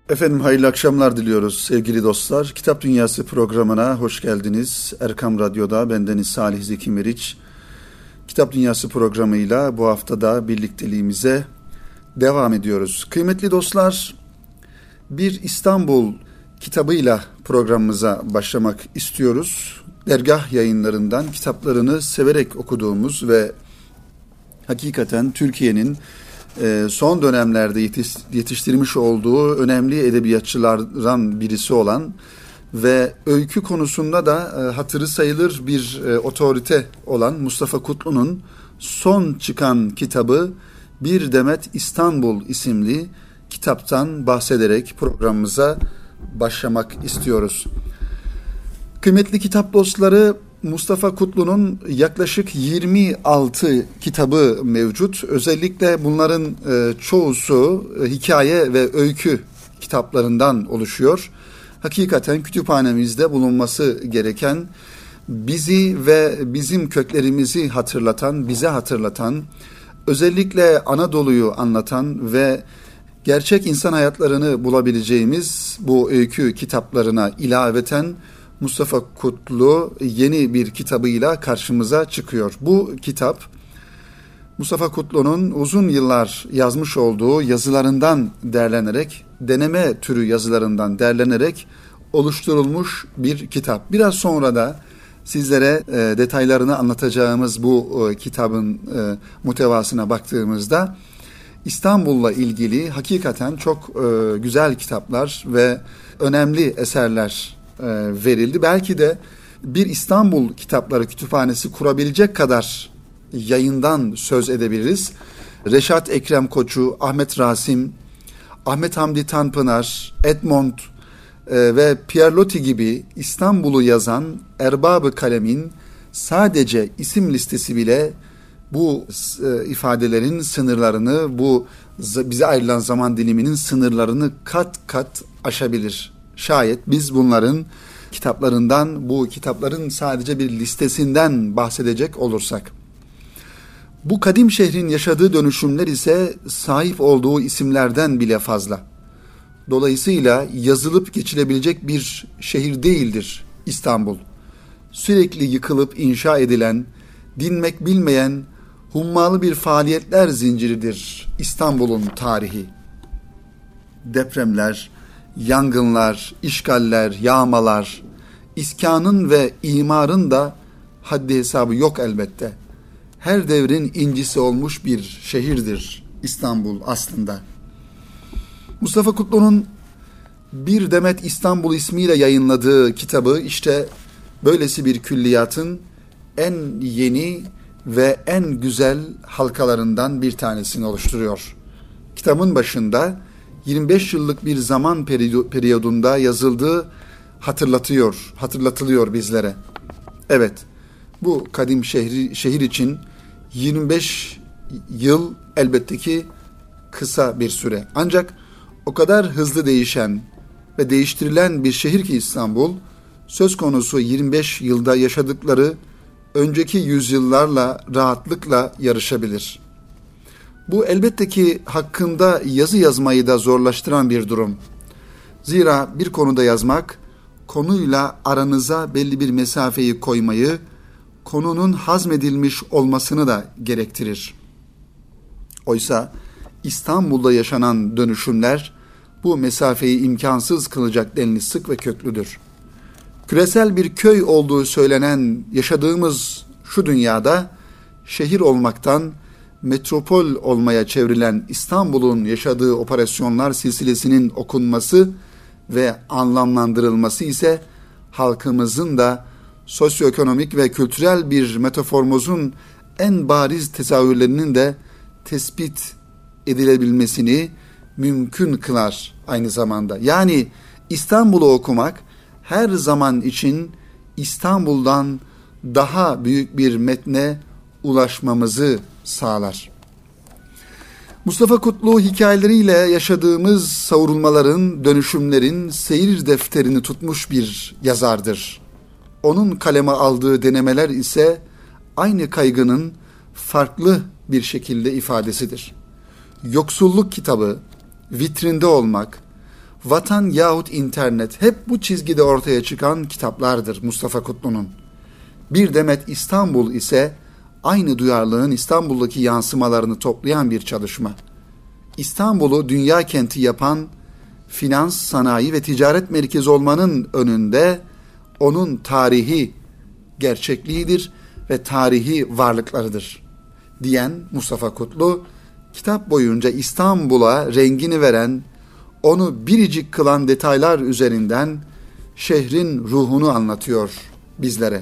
Efendim hayırlı akşamlar diliyoruz sevgili dostlar. Kitap Dünyası programına hoş geldiniz. Erkam Radyo'da bendeniz Salih Zeki Meriç. Kitap Dünyası programıyla bu haftada birlikteliğimize devam ediyoruz. Kıymetli dostlar, bir İstanbul kitabıyla programımıza başlamak istiyoruz. Dergah Yayınlarından kitaplarını severek okuduğumuz ve hakikaten Türkiye'nin son dönemlerde yetiştirmiş olduğu önemli edebiyatçılardan birisi olan ve öykü konusunda da hatırı sayılır bir otorite olan Mustafa Kutlu'nun son çıkan kitabı Bir Demet İstanbul isimli kitaptan bahsederek programımıza başlamak istiyoruz. Kıymetli kitap dostları, Mustafa Kutlu'nun yaklaşık 26 kitabı mevcut. Özellikle bunların çoğusu hikaye ve öykü kitaplarından oluşuyor. Hakikaten kütüphanemizde bulunması gereken, bizi ve bizim köklerimizi hatırlatan, bize hatırlatan, özellikle Anadolu'yu anlatan ve gerçek insan hayatlarını bulabileceğimiz bu öykü kitaplarına ilaveten Mustafa Kutlu yeni bir kitabıyla karşımıza çıkıyor. Bu kitap Mustafa Kutlu'nun uzun yıllar yazmış olduğu yazılarından derlenerek, deneme türü yazılarından derlenerek oluşturulmuş bir kitap. Biraz sonra da sizlere detaylarını anlatacağımız bu kitabın muhtevasına baktığımızda İstanbul'la ilgili hakikaten çok güzel kitaplar ve önemli eserler verildi. Belki de bir İstanbul Kitapları Kütüphanesi kurabilecek kadar yayından söz edebiliriz. Reşat Ekrem Koçu, Ahmet Rasim, Ahmet Hamdi Tanpınar, Edmond ve Pierre Loti gibi İstanbul'u yazan erbab-ı kalemin sadece isim listesi bile bu ifadelerin sınırlarını, bu bize ayrılan zaman diliminin sınırlarını kat kat aşabilir. Şayet biz bunların kitaplarından, bu kitapların sadece bir listesinden bahsedecek olursak. Bu kadim şehrin yaşadığı dönüşümler ise sahip olduğu isimlerden bile fazla. Dolayısıyla yazılıp geçilebilecek bir şehir değildir İstanbul. Sürekli yıkılıp inşa edilen, dinmek bilmeyen, hummalı bir faaliyetler zinciridir İstanbul'un tarihi. Depremler, yangınlar, işgaller, yağmalar, iskanın ve imarın da haddi hesabı yok elbette. Her devrin incisi olmuş bir şehirdir İstanbul aslında. Mustafa Kutlu'nun Bir Demet İstanbul ismiyle yayınladığı kitabı işte böylesi bir külliyatın en yeni ve en güzel halkalarından bir tanesini oluşturuyor. Kitabın başında 25 yıllık bir zaman periyodunda yazıldığı hatırlatılıyor bizlere. Evet, bu kadim şehir için 25 yıl elbette ki kısa bir süre. Ancak o kadar hızlı değişen ve değiştirilen bir şehir ki İstanbul, söz konusu 25 yılda yaşadıkları önceki yüzyıllarla rahatlıkla yarışabilir. Bu elbette ki hakkında yazı yazmayı da zorlaştıran bir durum. Zira bir konuda yazmak, konuyla aranıza belli bir mesafeyi koymayı, konunun hazmedilmiş olmasını da gerektirir. Oysa İstanbul'da yaşanan dönüşümler, bu mesafeyi imkansız kılacak denli sık ve köklüdür. Küresel bir köy olduğu söylenen yaşadığımız şu dünyada, şehir olmaktan metropol olmaya çevrilen İstanbul'un yaşadığı operasyonlar silsilesinin okunması ve anlamlandırılması ise halkımızın da sosyoekonomik ve kültürel bir metaformozun en bariz tezahürlerinin de tespit edilebilmesini mümkün kılar aynı zamanda. Yani İstanbul'u okumak her zaman için İstanbul'dan daha büyük bir metne ulaşmamızı sağlar. Mustafa Kutlu hikayeleriyle yaşadığımız savrulmaların, dönüşümlerin seyir defterini tutmuş bir yazardır. Onun kaleme aldığı denemeler ise aynı kaygının farklı bir şekilde ifadesidir. Yoksulluk kitabı, vitrinde olmak, Vatan yahut internet hep bu çizgide ortaya çıkan kitaplardır Mustafa Kutlu'nun. Bir Demet İstanbul ise aynı duyarlılığın İstanbul'daki yansımalarını toplayan bir çalışma. İstanbul'u dünya kenti yapan finans, sanayi ve ticaret merkezi olmanın önünde onun tarihi gerçekliğidir ve tarihi varlıklarıdır diyen Mustafa Kutlu, kitap boyunca İstanbul'a rengini veren, onu biricik kılan detaylar üzerinden şehrin ruhunu anlatıyor bizlere.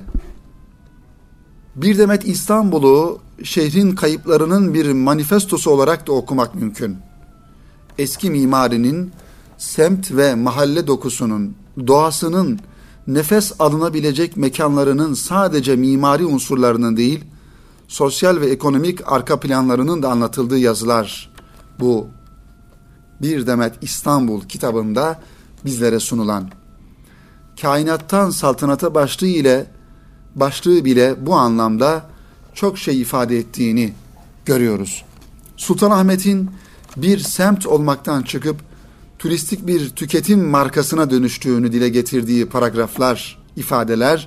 Bir Demet İstanbul'u şehrin kayıplarının bir manifestosu olarak da okumak mümkün. Eski mimarinin, semt ve mahalle dokusunun, doğasının, nefes alınabilecek mekanlarının sadece mimari unsurlarının değil, sosyal ve ekonomik arka planlarının da anlatıldığı yazılar bu Bir Demet İstanbul kitabında bizlere sunulan. Kainattan saltanata başlığı bile bu anlamda çok şey ifade ettiğini görüyoruz. Sultanahmet'in bir semt olmaktan çıkıp turistik bir tüketim markasına dönüştüğünü dile getirdiği paragraflar, ifadeler,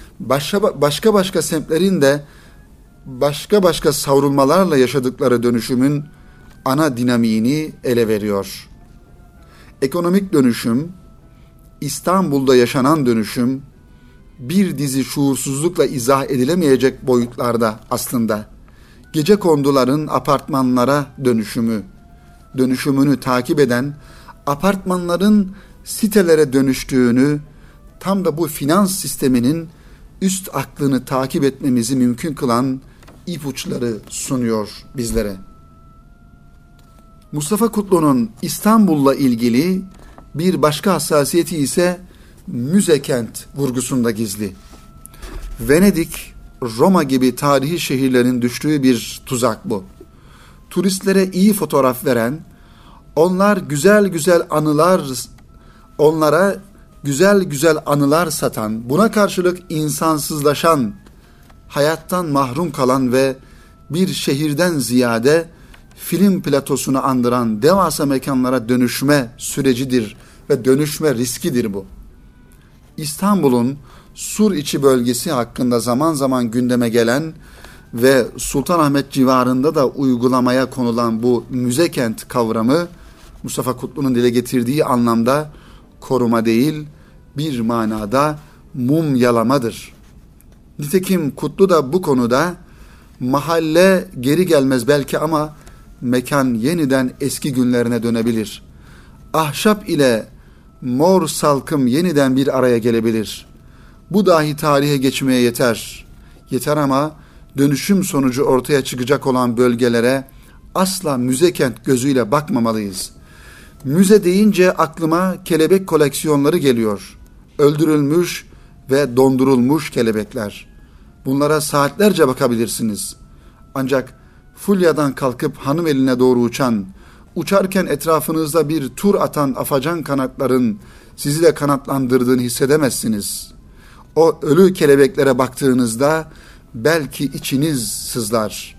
başka semtlerin de başka savrulmalarla yaşadıkları dönüşümün ana dinamiğini ele veriyor. Ekonomik dönüşüm, İstanbul'da yaşanan dönüşüm, bir dizi şuursuzlukla izah edilemeyecek boyutlarda aslında. Gecekonduların apartmanlara dönüşümünü takip eden, apartmanların sitelere dönüştüğünü, tam da bu finans sisteminin üst aklını takip etmemizi mümkün kılan ipuçları sunuyor bizlere. Mustafa Kutlu'nun İstanbul'la ilgili bir başka hassasiyeti ise müze kent vurgusunda gizli. Venedik, Roma gibi tarihi şehirlerin düştüğü bir tuzak bu. Turistlere iyi fotoğraf veren, onlara güzel güzel anılar satan, buna karşılık insansızlaşan, hayattan mahrum kalan ve bir şehirden ziyade film platosunu andıran devasa mekanlara dönüşme sürecidir ve dönüşme riskidir bu. İstanbul'un Sur içi bölgesi hakkında zaman zaman gündeme gelen ve Sultanahmet civarında da uygulamaya konulan bu müze kent kavramı Mustafa Kutlu'nun dile getirdiği anlamda koruma değil, bir manada mumyalamadır. Nitekim Kutlu da bu konuda mahalle geri gelmez belki ama mekan yeniden eski günlerine dönebilir. Ahşap ile mor salkım yeniden bir araya gelebilir. Bu dahi tarihe geçmeye yeter. Yeter ama dönüşüm sonucu ortaya çıkacak olan bölgelere asla müze kent gözüyle bakmamalıyız. Müze deyince aklıma kelebek koleksiyonları geliyor. Öldürülmüş ve dondurulmuş kelebekler. Bunlara saatlerce bakabilirsiniz. Ancak Fulya'dan kalkıp hanım eline doğru uçarken etrafınızda bir tur atan afacan kanatların sizi de kanatlandırdığını hissedemezsiniz. O ölü kelebeklere baktığınızda belki içiniz sızlar.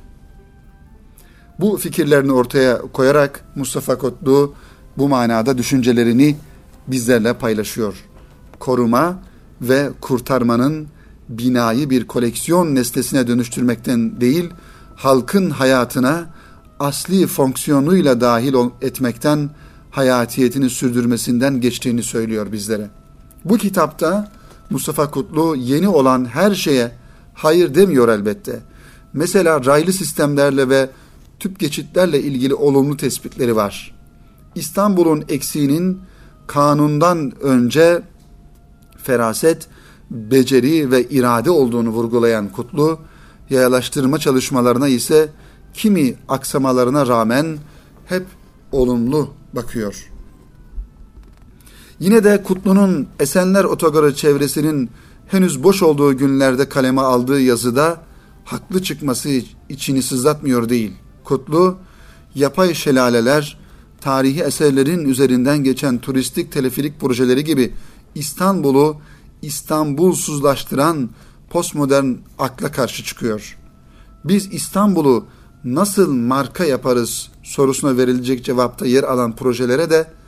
Bu fikirlerini ortaya koyarak Mustafa Kutlu bu manada düşüncelerini bizlerle paylaşıyor. Koruma ve kurtarmanın binayı bir koleksiyon nesnesine dönüştürmekten değil, halkın hayatına asli fonksiyonuyla dahil etmekten, hayatiyetini sürdürmesinden geçtiğini söylüyor bizlere. Bu kitapta Mustafa Kutlu yeni olan her şeye hayır demiyor elbette. Mesela raylı sistemlerle ve tüp geçitlerle ilgili olumlu tespitleri var. İstanbul'un eksiğinin kanundan önce feraset, beceri ve irade olduğunu vurgulayan Kutlu, yayalaştırma çalışmalarına ise kimi aksamalarına rağmen hep olumlu bakıyor. Yine de Kutlu'nun Esenler Otogarı çevresinin henüz boş olduğu günlerde kaleme aldığı yazıda haklı çıkması içini sızlatmıyor değil. Kutlu, yapay şelaleler, tarihi eserlerin üzerinden geçen turistik teleferik projeleri gibi İstanbul'u İstanbulsuzlaştıran postmodern akla karşı çıkıyor. Biz İstanbul'u nasıl marka yaparız sorusuna verilecek cevapta yer alan projelere de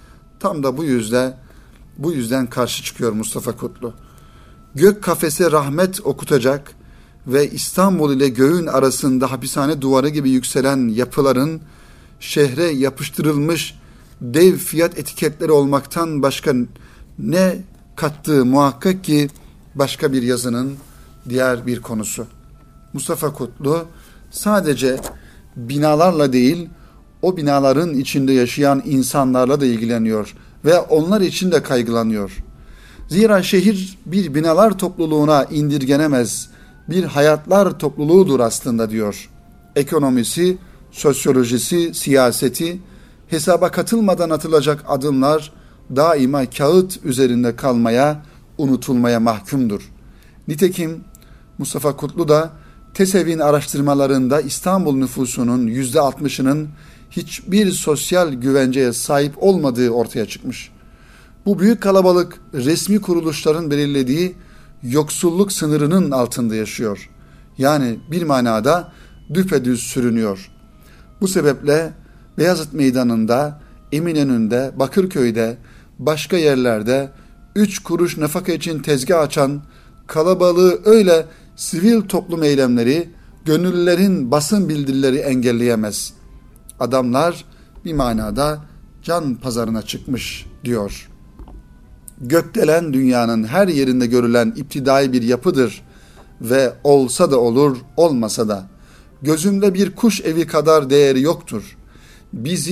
Tam da bu yüzden karşı çıkıyor Mustafa Kutlu. Gök kafese rahmet okutacak ve İstanbul ile göğün arasında hapishane duvarı gibi yükselen yapıların şehre yapıştırılmış dev fiyat etiketleri olmaktan başka ne kattığı muhakkak ki başka bir yazının diğer bir konusu. Mustafa Kutlu sadece binalarla değil, o binaların içinde yaşayan insanlarla da ilgileniyor ve onlar için de kaygılanıyor. Zira şehir bir binalar topluluğuna indirgenemez, bir hayatlar topluluğudur aslında diyor. Ekonomisi, sosyolojisi, siyaseti, hesaba katılmadan atılacak adımlar daima kağıt üzerinde kalmaya, unutulmaya mahkumdur. Nitekim Mustafa Kutlu da TESEV'in araştırmalarında İstanbul nüfusunun %60'ının hiçbir sosyal güvenceye sahip olmadığı ortaya çıkmış. Bu büyük kalabalık resmi kuruluşların belirlediği yoksulluk sınırının altında yaşıyor. Yani bir manada düpedüz sürünüyor. Bu sebeple Beyazıt Meydanı'nda, Eminönü'nde, Bakırköy'de, başka yerlerde 3 kuruş nafaka için tezgah açan kalabalığı öyle sivil toplum eylemleri, gönüllülerin basın bildirileri engelleyemez. Adamlar bir manada can pazarına çıkmış diyor. Gökdelen dünyanın her yerinde görülen iptidai bir yapıdır ve olsa da olur, olmasa da gözümde bir kuş evi kadar değeri yoktur. Biz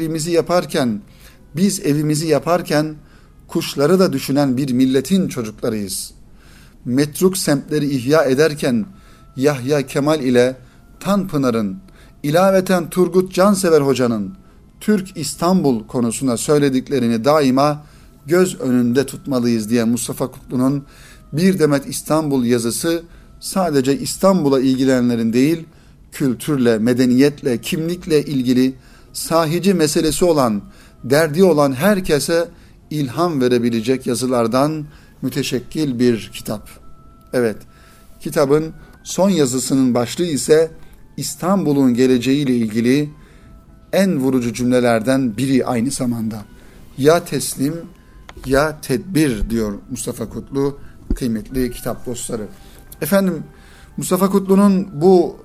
evimizi yaparken kuşları da düşünen bir milletin çocuklarıyız. Metruk semtleri ihya ederken Yahya Kemal ile Tanpınar'ın, ilaveten Turgut Cansever Hoca'nın Türk İstanbul konusuna söylediklerini daima göz önünde tutmalıyız diye Mustafa Kutlu'nun Bir Demet İstanbul yazısı sadece İstanbul'a ilgilenenlerin değil, kültürle, medeniyetle, kimlikle ilgili sahici meselesi olan, derdi olan herkese ilham verebilecek yazılardan müteşekkil bir kitap. Evet, kitabın son yazısının başlığı ise İstanbul'un geleceğiyle ilgili en vurucu cümlelerden biri aynı zamanda. Ya teslim ya tedbir diyor Mustafa Kutlu, kıymetli kitap dostları. Efendim, Mustafa Kutlu'nun bu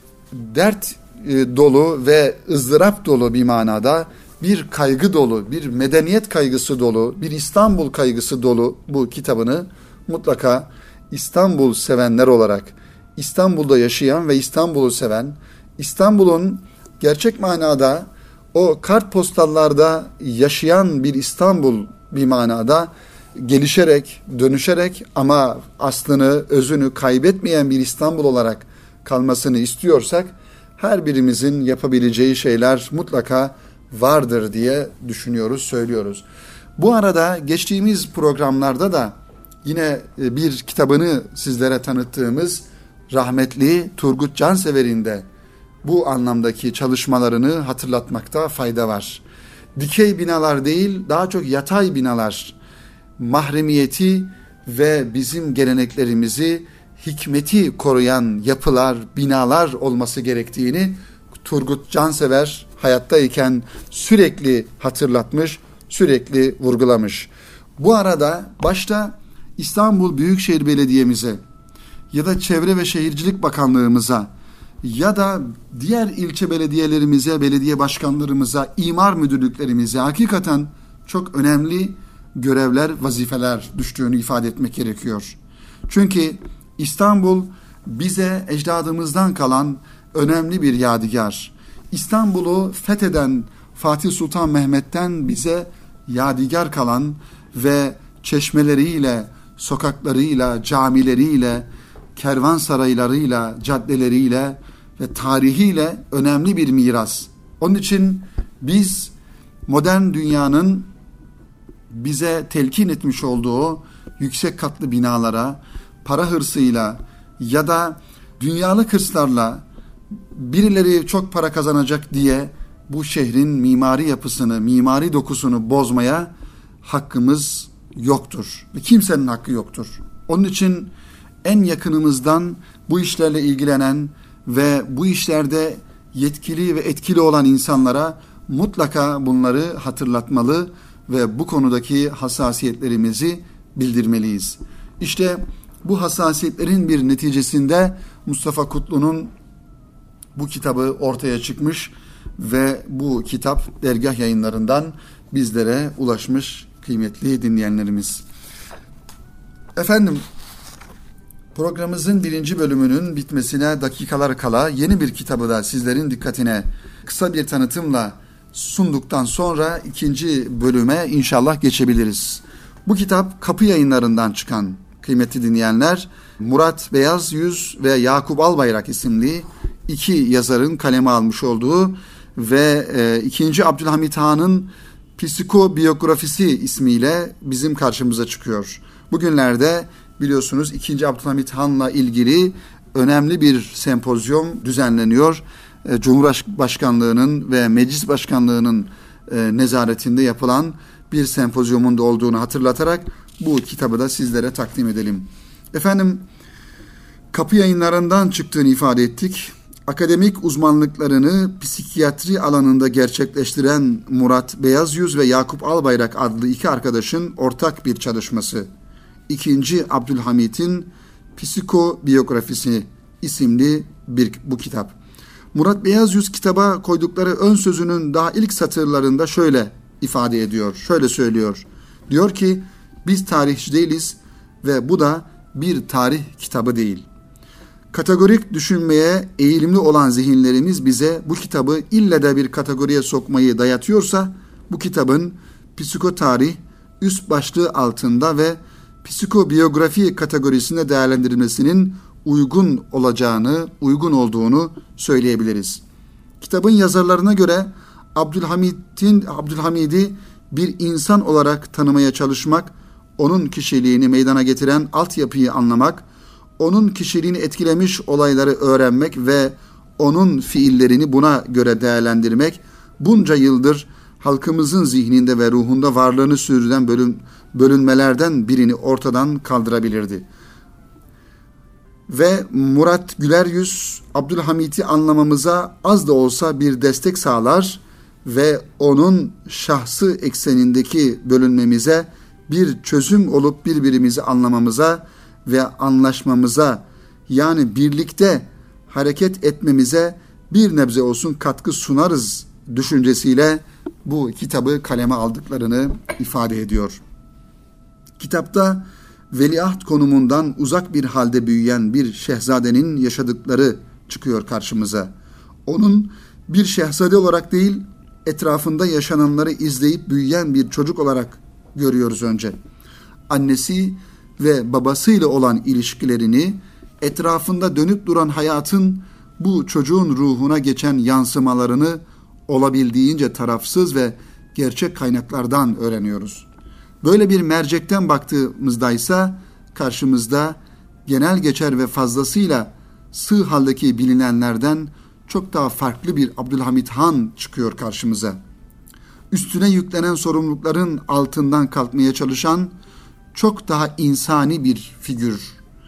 dert dolu ve ızdırap dolu bir manada bir kaygı dolu, bir medeniyet kaygısı dolu, bir İstanbul kaygısı dolu bu kitabını mutlaka İstanbul sevenler olarak, İstanbul'da yaşayan ve İstanbul'u seven, İstanbul'un gerçek manada o kartpostallarda yaşayan bir İstanbul bir manada gelişerek, dönüşerek ama aslını, özünü kaybetmeyen bir İstanbul olarak kalmasını istiyorsak her birimizin yapabileceği şeyler mutlaka vardır diye düşünüyoruz, söylüyoruz. Bu arada geçtiğimiz programlarda da yine bir kitabını sizlere tanıttığımız rahmetli Turgut Cansever'in de bu anlamdaki çalışmalarını hatırlatmakta fayda var. Dikey binalar değil, daha çok yatay binalar, mahremiyeti ve bizim geleneklerimizi, hikmeti koruyan yapılar, binalar olması gerektiğini Turgut Cansever hayattayken sürekli hatırlatmış, sürekli vurgulamış. Bu arada başta İstanbul Büyükşehir Belediye'mize ya da Çevre ve Şehircilik Bakanlığımıza ya da diğer ilçe belediyelerimize, belediye başkanlarımıza, imar müdürlüklerimize hakikaten çok önemli görevler, vazifeler düştüğünü ifade etmek gerekiyor. Çünkü İstanbul bize ecdadımızdan kalan önemli bir yadigar. İstanbul'u fetheden Fatih Sultan Mehmet'ten bize yadigar kalan ve çeşmeleriyle, sokaklarıyla, camileriyle, kervansaraylarıyla, caddeleriyle ve tarihiyle önemli bir miras. Onun için biz modern dünyanın bize telkin etmiş olduğu yüksek katlı binalara, para hırsıyla ya da dünyalık hırslarla birileri çok para kazanacak diye bu şehrin mimari yapısını, mimari dokusunu bozmaya hakkımız yoktur. Ve kimsenin hakkı yoktur. Onun için en yakınımızdan bu işlerle ilgilenen ve bu işlerde yetkili ve etkili olan insanlara mutlaka bunları hatırlatmalı ve bu konudaki hassasiyetlerimizi bildirmeliyiz. İşte bu hassasiyetlerin bir neticesinde Mustafa Kutlu'nun bu kitabı ortaya çıkmış ve bu kitap Dergah Yayınları'ndan bizlere ulaşmış kıymetli dinleyenlerimiz. Efendim, programımızın 1. bölümünün bitmesine dakikalar kala yeni bir kitabı da sizlerin dikkatine kısa bir tanıtımla sunduktan sonra 2. bölüme inşallah geçebiliriz. Bu kitap Kapı Yayınları'ndan çıkan, kıymetli dinleyenler, Murat Beyaz Yüz ve Yakup Albayrak isimli 2 yazarın kaleme almış olduğu ve 2. Abdülhamit Han'ın Psikobiyografisi ismiyle bizim karşımıza çıkıyor. Bugünlerde biliyorsunuz 2. Abdülhamit Han'la ilgili önemli bir sempozyum düzenleniyor. Cumhurbaşkanlığının ve Meclis Başkanlığı'nın nezaretinde yapılan bir sempozyumun da olduğunu hatırlatarak bu kitabı da sizlere takdim edelim. Efendim, Kapı Yayınları'ndan çıktığını ifade ettik. Akademik uzmanlıklarını psikiyatri alanında gerçekleştiren Murat Beyazyüz ve Yakup Albayrak adlı 2 arkadaşın ortak bir çalışması. 2. Abdülhamit'in Psikobiyografisi isimli bu kitap. Murat Beyazyüz kitaba koydukları ön sözünün daha ilk satırlarında şöyle ifade ediyor, şöyle söylüyor. Diyor ki, biz tarihçi değiliz ve bu da bir tarih kitabı değil. Kategorik düşünmeye eğilimli olan zihinlerimiz bize bu kitabı ille de bir kategoriye sokmayı dayatıyorsa, bu kitabın psikotarih üst başlığı altında ve psikobiyografi kategorisinde değerlendirilmesinin uygun olduğunu söyleyebiliriz. Kitabın yazarlarına göre Abdülhamid'i bir insan olarak tanımaya çalışmak, onun kişiliğini meydana getiren altyapıyı anlamak, onun kişiliğini etkilemiş olayları öğrenmek ve onun fiillerini buna göre değerlendirmek, bunca yıldır halkımızın zihninde ve ruhunda varlığını sürdüren bölünmelerden birini ortadan kaldırabilirdi. Ve Murat Güleryüz, Abdülhamit'i anlamamıza az da olsa bir destek sağlar ve onun şahsı eksenindeki bölünmemize bir çözüm olup birbirimizi anlamamıza ve anlaşmamıza, yani birlikte hareket etmemize bir nebze olsun katkı sunarız düşüncesiyle bu kitabı kaleme aldıklarını ifade ediyor. Kitapta veliaht konumundan uzak bir halde büyüyen bir şehzadenin yaşadıkları çıkıyor karşımıza. Onun bir şehzade olarak değil, etrafında yaşananları izleyip büyüyen bir çocuk olarak görüyoruz önce. Annesi ve babasıyla olan ilişkilerini, etrafında dönüp duran hayatın bu çocuğun ruhuna geçen yansımalarını olabildiğince tarafsız ve gerçek kaynaklardan öğreniyoruz. Böyle bir mercekten baktığımızda ise karşımızda genel geçer ve fazlasıyla sığ haldeki bilinenlerden çok daha farklı bir Abdülhamit Han çıkıyor karşımıza. Üstüne yüklenen sorumlulukların altından kalkmaya çalışan çok daha insani bir figür.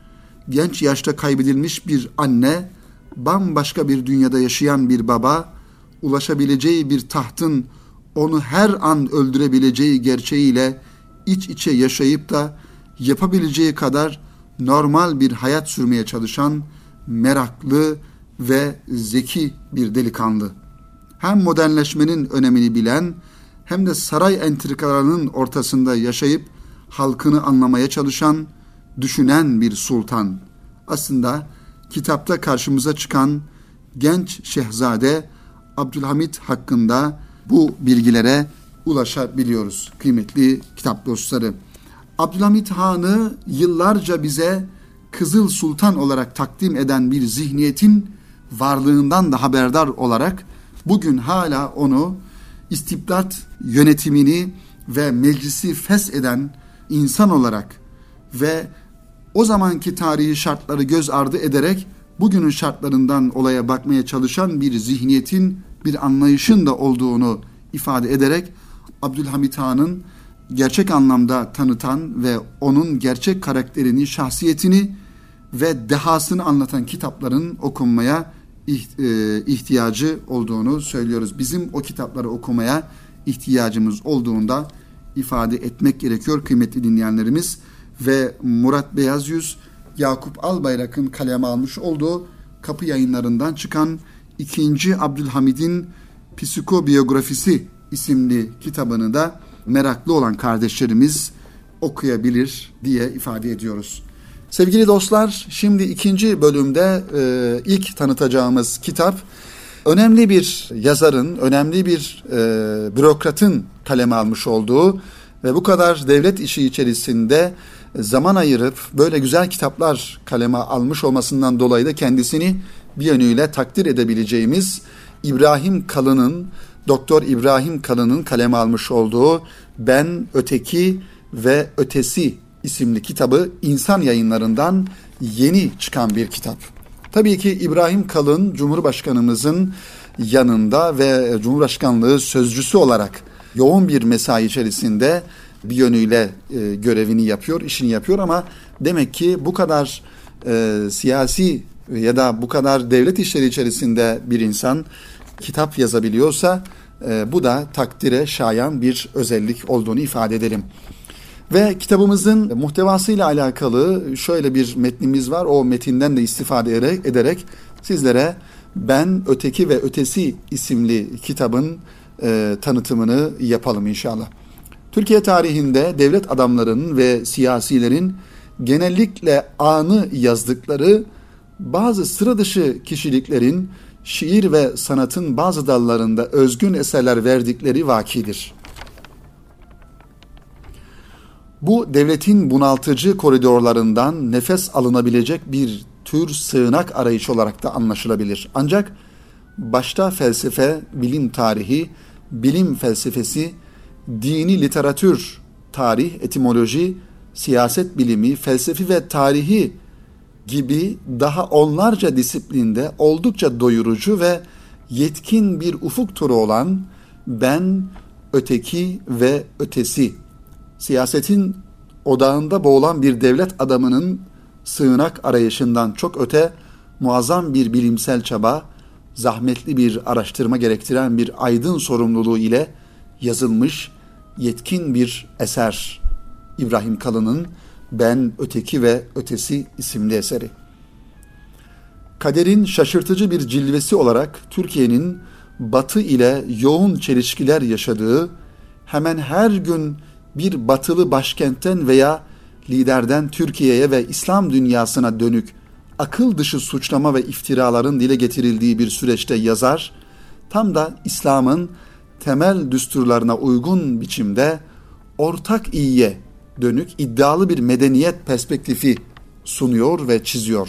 Genç yaşta kaybedilmiş bir anne, bambaşka bir dünyada yaşayan bir baba, ulaşabileceği bir tahtın onu her an öldürebileceği gerçeğiyle iç içe yaşayıp da yapabileceği kadar normal bir hayat sürmeye çalışan meraklı ve zeki bir delikanlı. Hem modernleşmenin önemini bilen hem de saray entrikalarının ortasında yaşayıp halkını anlamaya çalışan, düşünen bir sultan. Aslında kitapta karşımıza çıkan genç şehzade Abdülhamit hakkında bu bilgilere ulaşabiliyoruz kıymetli kitap dostları. Abdülhamit Han'ı yıllarca bize Kızıl Sultan olarak takdim eden bir zihniyetin varlığından da haberdar olarak bugün hala onu istibdat yönetimini ve meclisi fesheden insan olarak ve o zamanki tarihi şartları göz ardı ederek bugünün şartlarından olaya bakmaya çalışan bir zihniyetin, bir anlayışın da olduğunu ifade ederek Abdülhamit Han'ın gerçek anlamda tanıtan ve onun gerçek karakterini, şahsiyetini ve dehasını anlatan kitapların okunmaya ihtiyacı olduğunu söylüyoruz. Bizim o kitapları okumaya ihtiyacımız olduğunda ifade etmek gerekiyor kıymetli dinleyenlerimiz. Ve Murat Beyazyüz, Yakup Albayrak'ın kaleme almış olduğu Kapı Yayınları'ndan çıkan 2. Abdülhamid'in Psikobiyografisi isimli kitabını da meraklı olan kardeşlerimiz okuyabilir diye ifade ediyoruz. Sevgili dostlar, şimdi 2. bölümde ilk tanıtacağımız kitap önemli bir yazarın, önemli bir bürokratın kaleme almış olduğu ve bu kadar devlet işi içerisinde zaman ayırıp böyle güzel kitaplar kaleme almış olmasından dolayı da kendisini bir yönüyle takdir edebileceğimiz Doktor İbrahim Kalın'ın kaleme almış olduğu Ben, Öteki ve Ötesi isimli kitabı İnsan Yayınları'ndan yeni çıkan bir kitap. Tabii ki İbrahim Kalın, Cumhurbaşkanımızın yanında ve Cumhurbaşkanlığı sözcüsü olarak yoğun bir mesai içerisinde bir yönüyle görevini yapıyor, işini yapıyor ama demek ki bu kadar siyasi ya da bu kadar devlet işleri içerisinde bir insan kitap yazabiliyorsa bu da takdire şayan bir özellik olduğunu ifade edelim. Ve kitabımızın muhtevasıyla alakalı şöyle bir metnimiz var. O metinden de istifade ederek sizlere Ben, Öteki ve Ötesi isimli kitabın tanıtımını yapalım inşallah. Türkiye tarihinde devlet adamlarının ve siyasilerin genellikle anı yazdıkları bazı sıra dışı kişiliklerin şiir ve sanatın bazı dallarında özgün eserler verdikleri vakidir. Bu devletin bunaltıcı koridorlarından nefes alınabilecek bir tür sığınak arayışı olarak da anlaşılabilir. Ancak başta felsefe, bilim tarihi, bilim felsefesi, dini literatür, tarih, etimoloji, siyaset bilimi, felsefi ve tarihi gibi daha onlarca disiplinde oldukça doyurucu ve yetkin bir ufuk turu olan Ben, Öteki ve Ötesi, siyasetin odağında boğulan bir devlet adamının sığınak arayışından çok öte muazzam bir bilimsel çaba, zahmetli bir araştırma gerektiren bir aydın sorumluluğu ile yazılmış yetkin bir eser. İbrahim Kalın'ın Ben, Öteki ve Ötesi isimli eseri. Kaderin şaşırtıcı bir cilvesi olarak Türkiye'nin Batı ile yoğun çelişkiler yaşadığı, hemen her gün bir batılı başkentten veya liderden Türkiye'ye ve İslam dünyasına dönük akıl dışı suçlama ve iftiraların dile getirildiği bir süreçte yazar, tam da İslam'ın temel düsturlarına uygun biçimde ortak iyiye dönük iddialı bir medeniyet perspektifi sunuyor ve çiziyor.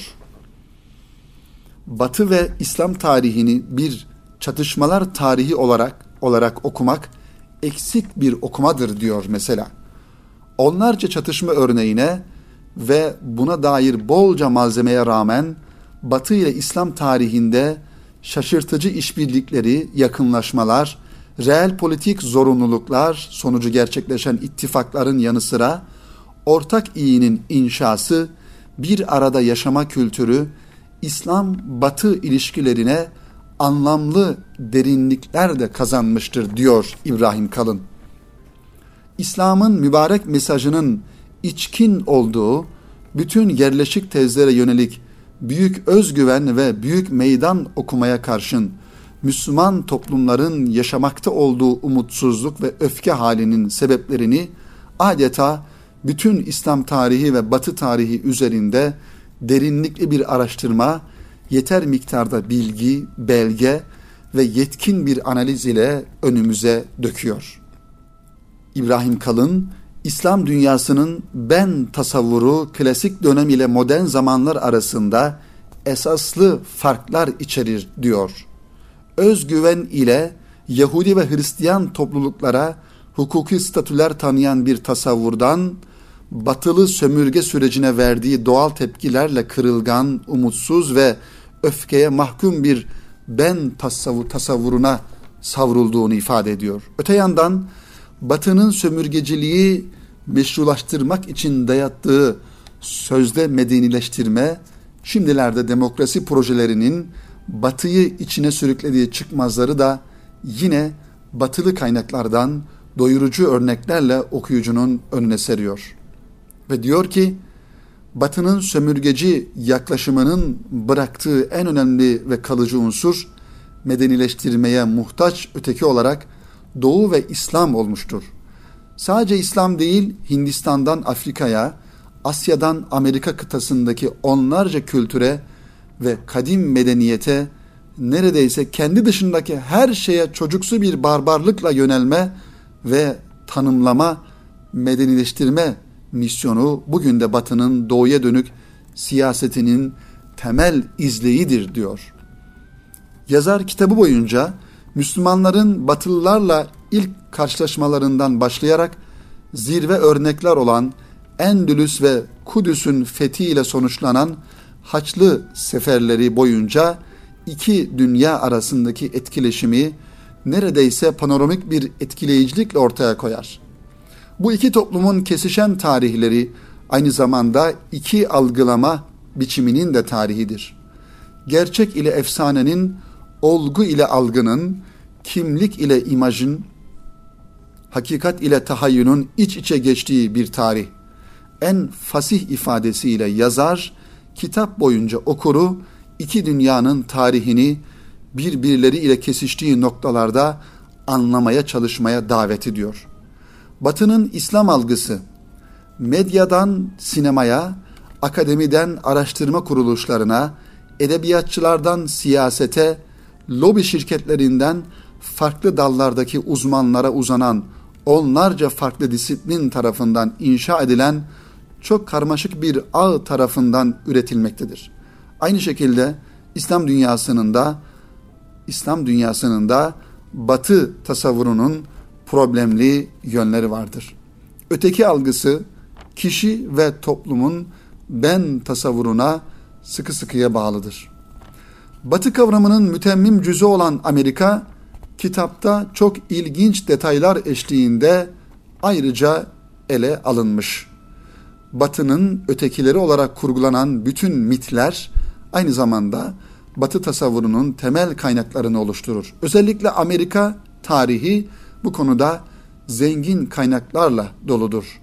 Batı ve İslam tarihini bir çatışmalar tarihi olarak okumak eksik bir okumadır diyor mesela. Onlarca çatışma örneğine ve buna dair bolca malzemeye rağmen Batı ile İslam tarihinde şaşırtıcı işbirlikleri, yakınlaşmalar, reel politik zorunluluklar sonucu gerçekleşen ittifakların yanı sıra ortak iyinin inşası, bir arada yaşama kültürü, İslam-Batı ilişkilerine anlamlı derinlikler de kazanmıştır diyor İbrahim Kalın. İslam'ın mübarek mesajının içkin olduğu, bütün yerleşik tezlere yönelik büyük özgüven ve büyük meydan okumaya karşın Müslüman toplumların yaşamakta olduğu umutsuzluk ve öfke halinin sebeplerini adeta bütün İslam tarihi ve Batı tarihi üzerinde derinlikli bir araştırma, yeter miktarda bilgi, belge ve yetkin bir analiz ile önümüze döküyor. İbrahim Kalın, İslam dünyasının ben tasavvuru klasik dönem ile modern zamanlar arasında esaslı farklar içerir diyor. Özgüven ile Yahudi ve Hristiyan topluluklara hukuki statüler tanıyan bir tasavvurdan, batılı sömürge sürecine verdiği doğal tepkilerle kırılgan, umutsuz ve öfkeye mahkum bir ben tasavvuruna savrulduğunu ifade ediyor. Öte yandan Batı'nın sömürgeciliği meşrulaştırmak için dayattığı sözde medenileştirme, şimdilerde demokrasi projelerinin Batı'yı içine sürüklediği çıkmazları da yine batılı kaynaklardan doyurucu örneklerle okuyucunun önüne seriyor. Ve diyor ki, Batı'nın sömürgeci yaklaşımının bıraktığı en önemli ve kalıcı unsur, medenileştirmeye muhtaç öteki olarak Doğu ve İslam olmuştur. Sadece İslam değil, Hindistan'dan Afrika'ya, Asya'dan Amerika kıtasındaki onlarca kültüre ve kadim medeniyete, neredeyse kendi dışındaki her şeye çocuksu bir barbarlıkla yönelme ve tanımlama, medenileştirme misyonu bugün de Batı'nın doğuya dönük siyasetinin temel izleyidir diyor. Yazar kitabı boyunca Müslümanların Batılılarla ilk karşılaşmalarından başlayarak zirve örnekler olan Endülüs ve Kudüs'ün fethiyle sonuçlanan Haçlı seferleri boyunca iki dünya arasındaki etkileşimi neredeyse panoramik bir etkileyicilikle ortaya koyar. Bu iki toplumun kesişen tarihleri aynı zamanda iki algılama biçiminin de tarihidir. Gerçek ile efsanenin, olgu ile algının, kimlik ile imajın, hakikat ile tahayyünün iç içe geçtiği bir tarih. En fasih ifadesiyle yazar, kitap boyunca okuru iki dünyanın tarihini birbirleri ile kesiştiği noktalarda anlamaya çalışmaya davet ediyor. Batı'nın İslam algısı, medyadan sinemaya, akademiden araştırma kuruluşlarına, edebiyatçılardan siyasete, lobi şirketlerinden farklı dallardaki uzmanlara uzanan onlarca farklı disiplin tarafından inşa edilen çok karmaşık bir ağ tarafından üretilmektedir. Aynı şekilde İslam dünyasının da Batı tasavvurunun problemli yönleri vardır. Öteki algısı kişi ve toplumun ben tasavvuruna sıkı sıkıya bağlıdır. Batı kavramının mütemmim cüzü olan Amerika, kitapta çok ilginç detaylar eşliğinde ayrıca ele alınmış. Batı'nın ötekileri olarak kurgulanan bütün mitler aynı zamanda Batı tasavvurunun temel kaynaklarını oluşturur. Özellikle Amerika tarihi bu konuda zengin kaynaklarla doludur.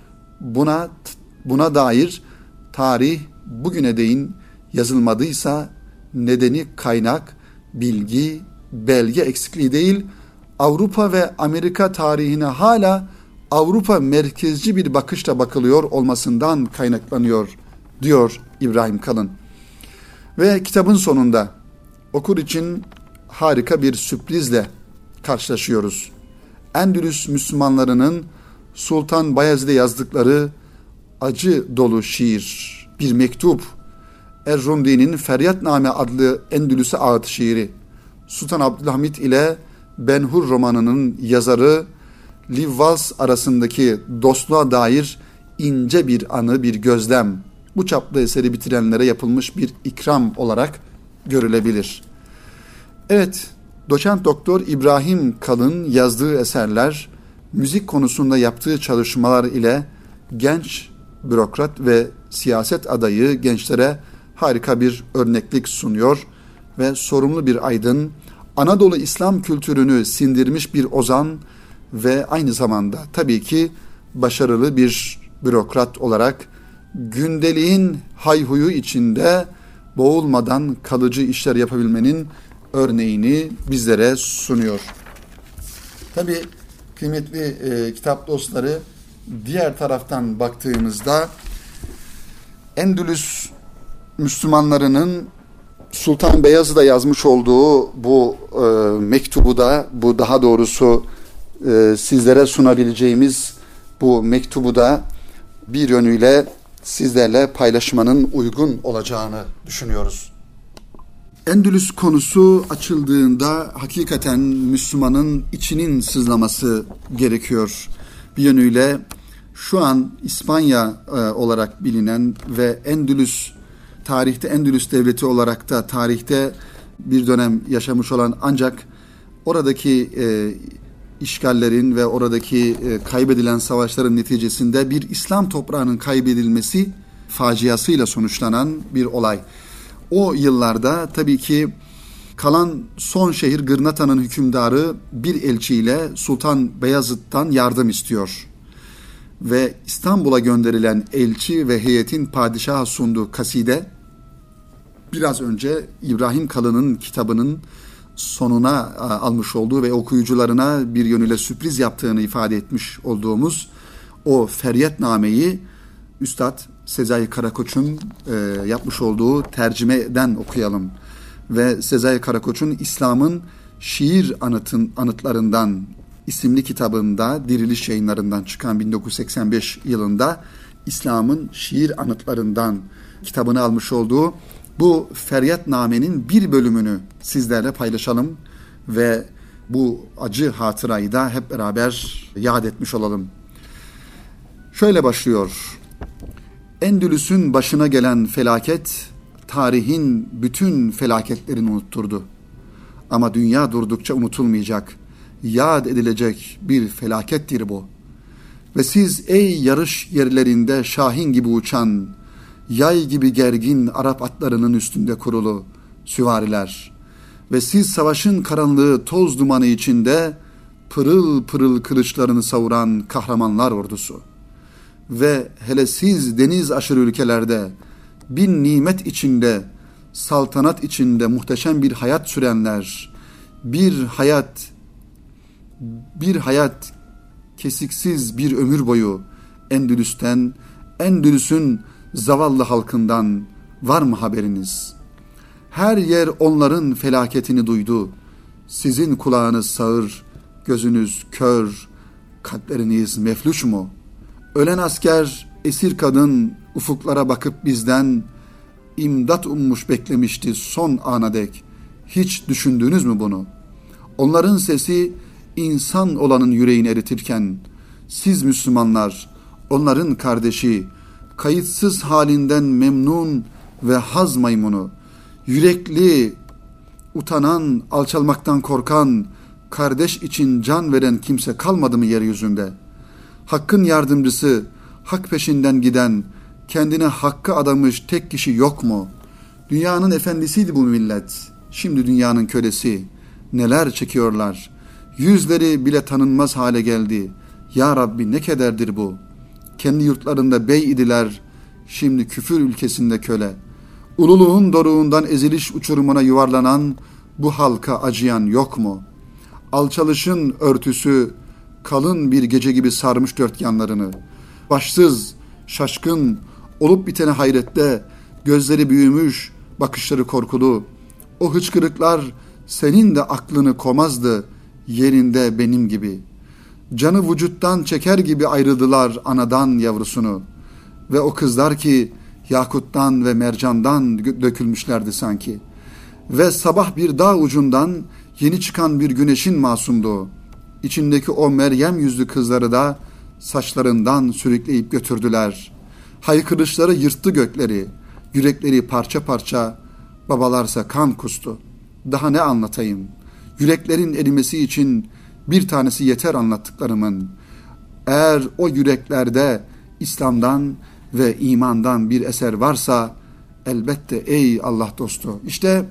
Buna dair tarih bugüne değin yazılmadıysa nedeni kaynak, bilgi, belge eksikliği değil, Avrupa ve Amerika tarihine hala Avrupa merkezci bir bakışla bakılıyor olmasından kaynaklanıyor diyor İbrahim Kalın. Ve kitabın sonunda okur için harika bir sürprizle karşılaşıyoruz. Endülüs Müslümanlarının Sultan Bayezid'e yazdıkları acı dolu şiir, bir mektup, Errundi'nin Feryatname adlı Endülüs'e ait şiiri, Sultan Abdülhamit ile Ben Hur romanının yazarı Livvaz arasındaki dostluğa dair ince bir anı, bir gözlem, bu çaplı eseri bitirenlere yapılmış bir ikram olarak görülebilir. Evet, Doçent Doktor İbrahim Kalın yazdığı eserler, müzik konusunda yaptığı çalışmalar ile genç bürokrat ve siyaset adayı gençlere harika bir örneklik sunuyor ve sorumlu bir aydın, Anadolu İslam kültürünü sindirmiş bir ozan ve aynı zamanda tabii ki başarılı bir bürokrat olarak gündeliğin hayhuyu içinde boğulmadan kalıcı işler yapabilmenin örneğini bizlere sunuyor. Tabii kıymetli kitap dostları, diğer taraftan baktığımızda Endülüs Müslümanlarının Sultan Beyazıt'a yazmış olduğu bu mektubu da, bu daha doğrusu sizlere sunabileceğimiz bu mektubu da bir yönüyle sizlerle paylaşmanın uygun olacağını düşünüyoruz. Endülüs konusu açıldığında hakikaten Müslümanın içinin sızlaması gerekiyor. Bir yönüyle şu an İspanya olarak bilinen ve Endülüs, tarihte Endülüs devleti olarak da tarihte bir dönem yaşamış olan, ancak oradaki işgallerin ve oradaki kaybedilen savaşların neticesinde bir İslam toprağının kaybedilmesi faciasıyla sonuçlanan bir olay. O yıllarda tabii ki Kalan son şehir Gırnata'nın hükümdarı bir elçiyle Sultan Beyazıt'tan yardım istiyor. Ve İstanbul'a gönderilen elçi ve heyetin padişaha sunduğu kaside, biraz önce İbrahim Kalın'ın kitabının sonuna almış olduğu ve okuyucularına bir yönüyle sürpriz yaptığını ifade etmiş olduğumuz o feryatnameyi Üstad Sezai Karakoç'un yapmış olduğu tercümeden okuyalım. Ve Sezai Karakoç'un İslam'ın Şiir Anıtlarından isimli kitabında, Diriliş Yayınlarından çıkan 1985 yılında İslam'ın Şiir Anıtlarından kitabını almış olduğu bu feryatnamenin bir bölümünü sizlerle paylaşalım ve bu acı hatırayı da hep beraber yad etmiş olalım. Şöyle başlıyor. Endülüs'ün başına gelen felaket, tarihin bütün felaketlerini unutturdu. Ama dünya durdukça unutulmayacak, yad edilecek bir felakettir bu. Ve siz ey yarış yerlerinde şahin gibi uçan, yay gibi gergin Arap atlarının üstünde kurulu süvariler ve siz savaşın karanlığı toz dumanı içinde pırıl pırıl kılıçlarını savuran kahramanlar ordusu ve hele siz deniz aşırı ülkelerde bin nimet içinde, saltanat içinde muhteşem bir hayat sürenler, bir hayat kesiksiz bir ömür boyu Endülüs'ten, Endülüs'ün zavallı halkından var mı haberiniz? Her yer onların felaketini duydu. Sizin kulağınız sağır, gözünüz kör, kalpleriniz mefluş mu? Ölen asker, esir kadın ufuklara bakıp bizden imdat ummuş beklemişti son ana dek. Hiç düşündünüz mü bunu? Onların sesi insan olanın yüreğini eritirken siz Müslümanlar, onların kardeşi, kayıtsız halinden memnun ve haz maymunu, yürekli, utanan, alçalmaktan korkan, kardeş için can veren kimse kalmadı mı yeryüzünde? Hakkın yardımcısı, hak peşinden giden, kendine hakkı adamış tek kişi yok mu? Dünyanın efendisiydi bu millet, şimdi dünyanın kölesi. Neler çekiyorlar? Yüzleri bile tanınmaz hale geldi. Ya Rabbi ne kederdir bu? Kendi yurtlarında bey idiler, şimdi küfür ülkesinde köle. Ululuğun doruğundan eziliş uçurumuna yuvarlanan bu halka acıyan yok mu? Alçalışın örtüsü kalın bir gece gibi sarmış dört yanlarını. Başsız, şaşkın, olup bitene hayrette, gözleri büyümüş, bakışları korkulu. O hıçkırıklar senin de aklını komazdı, yerinde benim gibi. Canı vücuttan çeker gibi ayrıldılar anadan yavrusunu. Ve o kızlar ki yakuttan ve mercandan dökülmüşlerdi sanki. Ve sabah bir dağ ucundan yeni çıkan bir güneşin masumluğu. İçindeki o Meryem yüzlü kızları da saçlarından sürükleyip götürdüler. Haykırışları yırttı gökleri, yürekleri parça parça, babalarsa kan kustu. Daha ne anlatayım? Yüreklerin erimesi için bir tanesi yeter anlattıklarımın. Eğer o yüreklerde İslam'dan ve imandan bir eser varsa elbette ey Allah dostu. İşte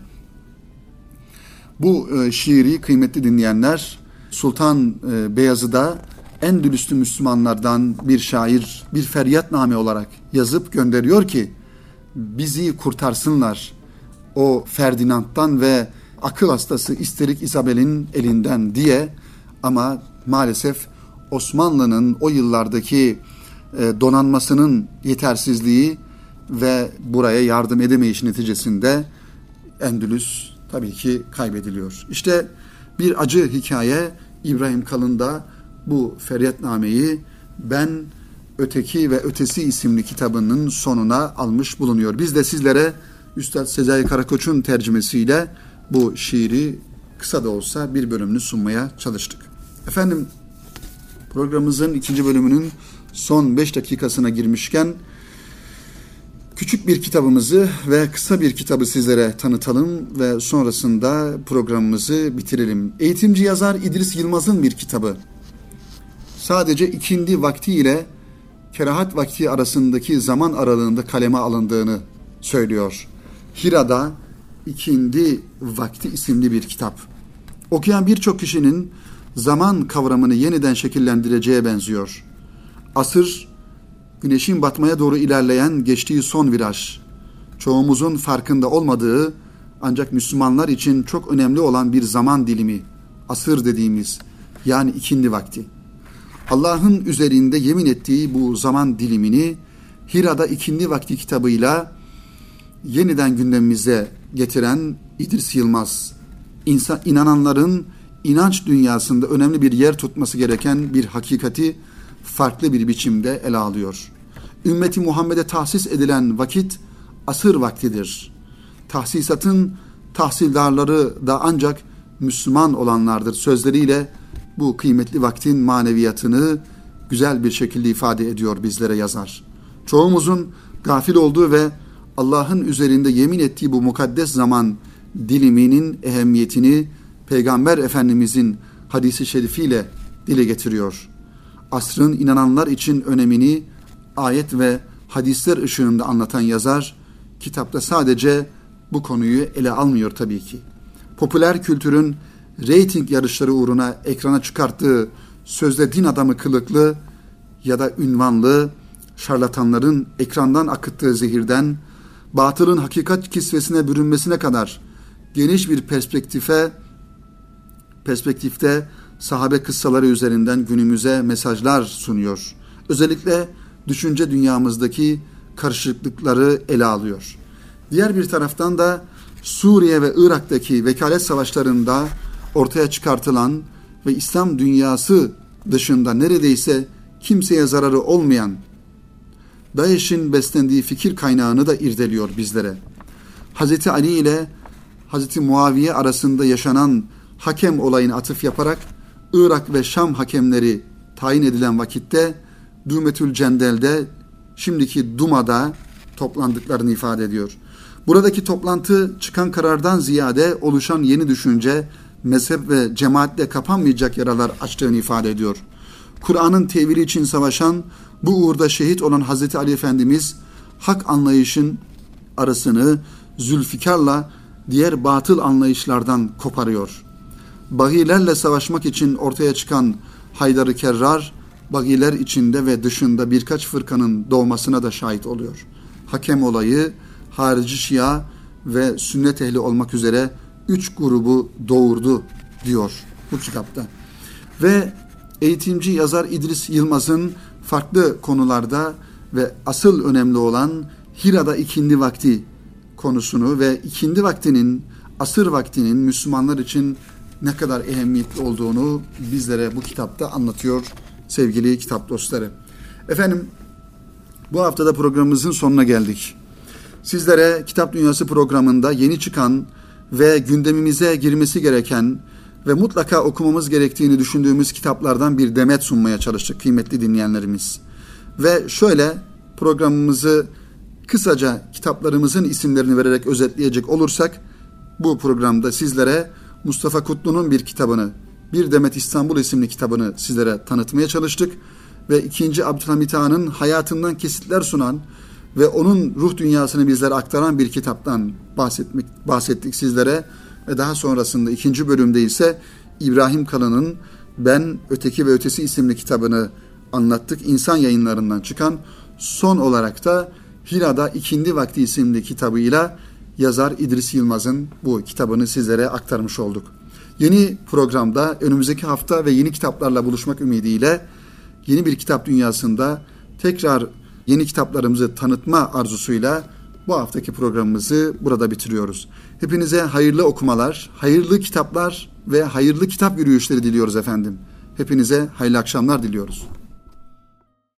bu şiiri kıymetli dinleyenler, Sultan Beyazıt'a Endülüslü Müslümanlardan bir şair bir feryatname olarak yazıp gönderiyor ki bizi kurtarsınlar o Ferdinand'dan ve akıl hastası İsterik İzabel'in elinden diye. Ama maalesef Osmanlı'nın o yıllardaki donanmasının yetersizliği ve buraya yardım edemeyiş neticesinde Endülüs tabii ki kaybediliyor. İşte bir acı hikaye İbrahim Kalın'da bu feryatnameyi Ben Öteki ve Ötesi isimli kitabının sonuna almış bulunuyor. Biz de sizlere Üstad Sezai Karakoç'un tercümesiyle bu şiiri kısa da olsa bir bölümünü sunmaya çalıştık. Efendim, programımızın ikinci bölümünün son 5 dakikasına girmişken küçük bir kitabımızı ve kısa bir kitabı sizlere tanıtalım ve sonrasında programımızı bitirelim. Eğitimci yazar İdris Yılmaz'ın bir kitabı. Sadece ikindi vakti ile kerahat vakti arasındaki zaman aralığında kaleme alındığını söylüyor. Hira'da İkindi Vakti isimli bir kitap. Okuyan birçok kişinin zaman kavramını yeniden şekillendireceğe benziyor. Asır, güneşin batmaya doğru ilerleyen geçtiği son viraj. Çoğumuzun farkında olmadığı ancak Müslümanlar için çok önemli olan bir zaman dilimi. Asır dediğimiz, yani ikindi vakti. Allah'ın üzerinde yemin ettiği bu zaman dilimini Hira'da ikindi vakti kitabıyla yeniden gündemimize getiren İdris Yılmaz, inananların inanç dünyasında önemli bir yer tutması gereken bir hakikati farklı bir biçimde ele alıyor. Ümmeti Muhammed'e tahsis edilen vakit asır vaktidir. Tahsisatın tahsildarları da ancak Müslüman olanlardır sözleriyle bu kıymetli vaktin maneviyatını güzel bir şekilde ifade ediyor bizlere yazar. Çoğumuzun gafil olduğu ve Allah'ın üzerinde yemin ettiği bu mukaddes zaman diliminin ehemmiyetini Peygamber Efendimizin hadisi şerifiyle dile getiriyor. Asrın inananlar için önemini ayet ve hadisler ışığında anlatan yazar, kitapta sadece bu konuyu ele almıyor tabii ki. Popüler kültürün reyting yarışları uğruna ekrana çıkarttığı sözde din adamı kılıklı ya da ünvanlı şarlatanların ekrandan akıttığı zehirden, batılın hakikat kisvesine bürünmesine kadar geniş bir perspektifte sahabe kıssaları üzerinden günümüze mesajlar sunuyor. Özellikle düşünce dünyamızdaki karışıklıkları ele alıyor. Diğer bir taraftan da Suriye ve Irak'taki vekalet savaşlarında ortaya çıkartılan ve İslam dünyası dışında neredeyse kimseye zararı olmayan DAEŞ'in beslendiği fikir kaynağını da irdeliyor bizlere. Hazreti Ali ile Hazreti Muaviye arasında yaşanan hakem olayına atıf yaparak Irak ve Şam hakemleri tayin edilen vakitte Dümetül Cendel'de, şimdiki Duma'da toplandıklarını ifade ediyor. Buradaki toplantı çıkan karardan ziyade oluşan yeni düşünce, mezhep ve cemaatle kapanmayacak yaralar açtığını ifade ediyor. Kur'an'ın tevili için savaşan, bu uğurda şehit olan Hazreti Ali Efendimiz, hak anlayışın arasını Zülfikar'la diğer batıl anlayışlardan koparıyor. Bagilerle savaşmak için ortaya çıkan Haydar-ı Kerrar, bagiler içinde ve dışında birkaç fırkanın doğmasına da şahit oluyor. Hakem olayı, harici Şia ve sünnet ehli olmak üzere 3 grubu doğurdu diyor bu kitapta. Ve eğitimci yazar İdris Yılmaz'ın farklı konularda ve asıl önemli olan Hira'da ikindi vakti konusunu ve ikindi vaktinin, asır vaktinin Müslümanlar için ne kadar ehemmiyetli olduğunu bizlere bu kitapta anlatıyor sevgili kitap dostları. Efendim, bu haftada programımızın sonuna geldik. Sizlere Kitap Dünyası programında yeni çıkan ve gündemimize girmesi gereken ve mutlaka okumamız gerektiğini düşündüğümüz kitaplardan bir demet sunmaya çalıştık kıymetli dinleyenlerimiz. Ve şöyle programımızı kısaca kitaplarımızın isimlerini vererek özetleyecek olursak, bu programda sizlere Mustafa Kutlu'nun bir kitabını, Bir Demet İstanbul isimli kitabını sizlere tanıtmaya çalıştık. Ve 2. Abdülhamit Han'ın hayatından kesitler sunan ve onun ruh dünyasını bizlere aktaran bir kitaptan bahsettik sizlere. Ve daha sonrasında 2. bölümde ise İbrahim Kalın'ın Ben, Öteki ve Ötesi isimli kitabını anlattık. İnsan Yayınlarından çıkan, son olarak da Hira'da İkindi Vakti isimli kitabıyla yazar İdris Yılmaz'ın bu kitabını sizlere aktarmış olduk. Yeni programda önümüzdeki hafta ve yeni kitaplarla buluşmak ümidiyle yeni bir kitap dünyasında tekrar yeni kitaplarımızı tanıtma arzusuyla bu haftaki programımızı burada bitiriyoruz. Hepinize hayırlı okumalar, hayırlı kitaplar ve hayırlı kitap yürüyüşleri diliyoruz efendim. Hepinize hayırlı akşamlar diliyoruz.